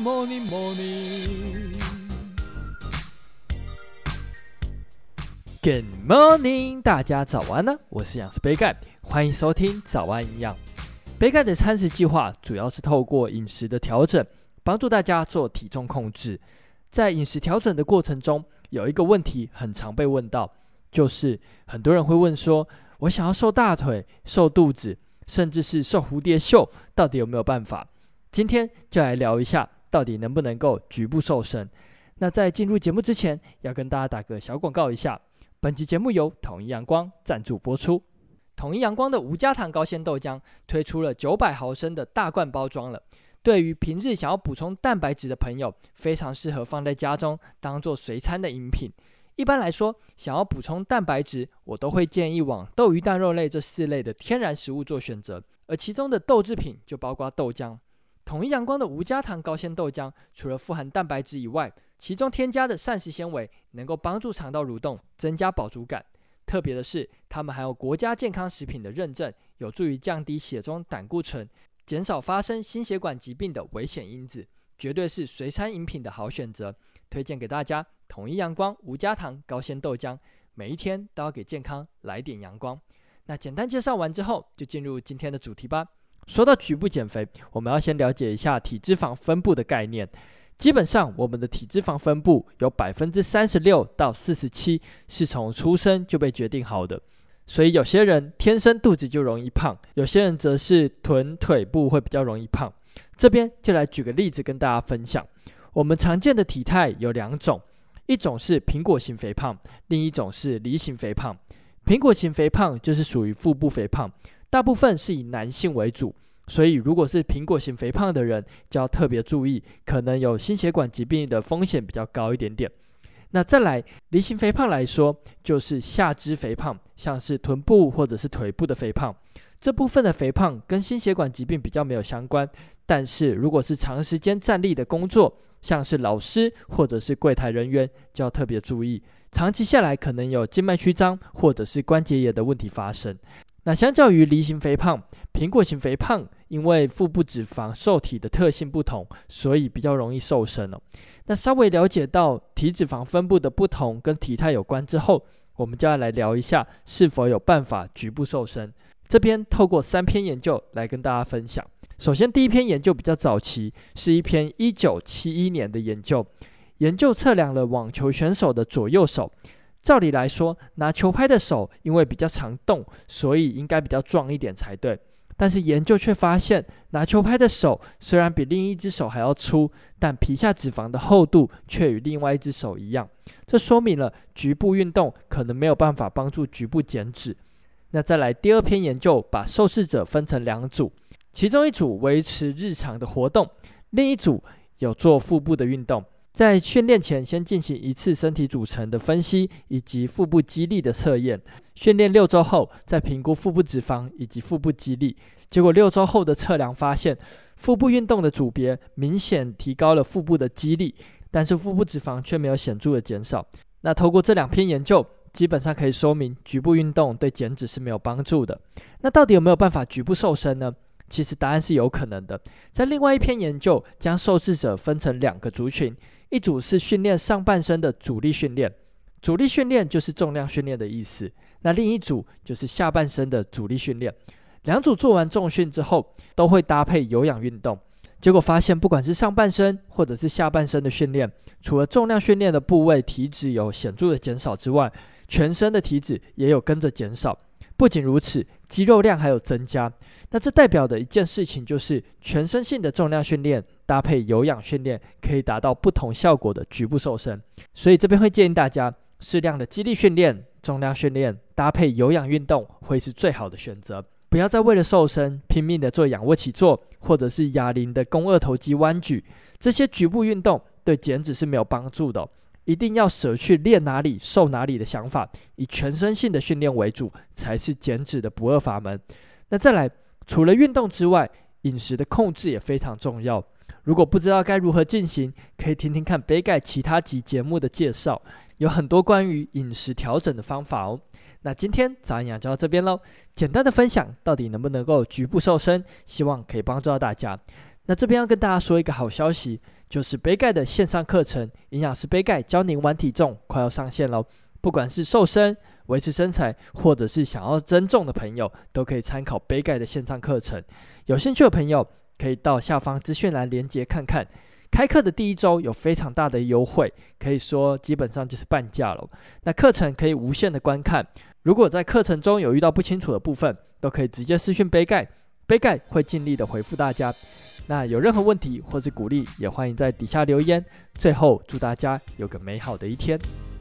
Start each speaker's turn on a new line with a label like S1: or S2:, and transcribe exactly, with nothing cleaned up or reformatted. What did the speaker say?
S1: morning morning Good morning 大家早安呢，我是养师杯盖，欢迎收听早安营养。杯盖的餐食计划主要是透过饮食的调整，帮助大家做体重控制。在饮食调整的过程中，有一个问题很常被问到，就是很多人会问说，我想要瘦大腿、瘦肚子，甚至是瘦蝴蝶袖，到底有没有办法？今天就来聊一下，到底能不能够局部瘦身。那在进入节目之前，要跟大家打个小广告一下，本集节目由统一阳光赞助播出。统一阳光的无加糖高纤豆浆推出了九百毫升的大罐包装了，对于平日想要补充蛋白质的朋友，非常适合放在家中当做随餐的饮品。一般来说，想要补充蛋白质，我都会建议往豆鱼蛋肉类这四类的天然食物做选择，而其中的豆制品就包括豆浆。统一阳光的无加糖高纤豆浆，除了富含蛋白质以外，其中添加的膳食纤维能够帮助肠道蠕动，增加饱足感。特别的是，它们还有国家健康食品的认证，有助于降低血中胆固醇，减少发生心血管疾病的危险因子，绝对是随餐饮品的好选择。推荐给大家统一阳光无加糖高纤豆浆，每一天都要给健康来点阳光。那简单介绍完之后，就进入今天的主题吧。说到局部减肥，我们要先了解一下体脂肪分布的概念。基本上，我们的体脂肪分布有 百分之三十六 到 四十七 是从出生就被决定好的。所以有些人天生肚子就容易胖，有些人则是臀腿部会比较容易胖。这边就来举个例子跟大家分享。我们常见的体态有两种，一种是苹果型肥胖，另一种是梨型肥胖。苹果型肥胖就是属于腹部肥胖，大部分是以男性为主，所以如果是苹果型肥胖的人，就要特别注意，可能有心血管疾病的风险比较高一点点。那再来，梨型肥胖来说，就是下肢肥胖，像是臀部或者是腿部的肥胖。这部分的肥胖跟心血管疾病比较没有相关，但是如果是长时间站立的工作，像是老师或者是柜台人员，就要特别注意，长期下来可能有静脉曲张或者是关节炎的问题发生。那相较于梨型肥胖，苹果型肥胖因为腹部脂肪受体的特性不同，所以比较容易瘦身哦。那稍微了解到体脂肪分布的不同跟体态有关之后，我们就要来聊一下是否有办法局部瘦身。这边透过三篇研究来跟大家分享。首先第一篇研究比较早期，是一篇一九七一年的研究，研究测量了网球选手的左右手。照理来说，拿球拍的手因为比较常动，所以应该比较壮一点才对。但是研究却发现，拿球拍的手虽然比另一只手还要粗，但皮下脂肪的厚度却与另外一只手一样。这说明了局部运动可能没有办法帮助局部减脂。那再来第二篇研究，把受试者分成两组，其中一组维持日常的活动，另一组有做腹部的运动。在训练前先进行一次身体组成的分析以及腹部肌力的测验，训练六周后再评估腹部脂肪以及腹部肌力。结果六周后的测量发现，腹部运动的组别明显提高了腹部的肌力，但是腹部脂肪却没有显著的减少。那透过这两篇研究，基本上可以说明局部运动对减脂是没有帮助的。那到底有没有办法局部瘦身呢？其实答案是有可能的。在另外一篇研究，将受试者分成两个族群，一组是训练上半身的阻力训练，阻力训练就是重量训练的意思。那另一组就是下半身的阻力训练。两组做完重训之后，都会搭配有氧运动。结果发现，不管是上半身或者是下半身的训练，除了重量训练的部位体脂有显著的减少之外，全身的体脂也有跟着减少。不仅如此，肌肉量还有增加。那这代表的一件事情就是，全身性的重量训练搭配有氧训练，可以达到不同效果的局部瘦身。所以这边会建议大家，适量的肌力训练、重量训练搭配有氧运动会是最好的选择。不要再为了瘦身拼命的做仰卧起坐，或者是哑铃的肱二头肌弯举，这些局部运动对减脂是没有帮助的哦。一定要舍去练哪里瘦哪里的想法，以全身性的训练为主，才是减脂的不二法门。那再来，除了运动之外，饮食的控制也非常重要。如果不知道该如何进行，可以听听看杯盖其他集节目的介绍，有很多关于饮食调整的方法哦。那今天早安营养就到这边咯，简单的分享到底能不能够局部瘦身，希望可以帮助到大家。那这边要跟大家说一个好消息， 就是杯盖的线上课程，营养师杯盖教您玩体重，快要上线咯。不管是瘦身、维持身材，或者是想要增重的朋友，都可以参考杯盖的线上课程。有兴趣的朋友可以到下方资讯栏连结看看。开课的第一周有非常大的优惠，可以说基本上就是半价了。那课程可以无限的观看，如果在课程中有遇到不清楚的部分，都可以直接私讯杯盖，杯盖会尽力的回复大家。那有任何问题或是鼓励，也欢迎在底下留言。最后祝大家有个美好的一天。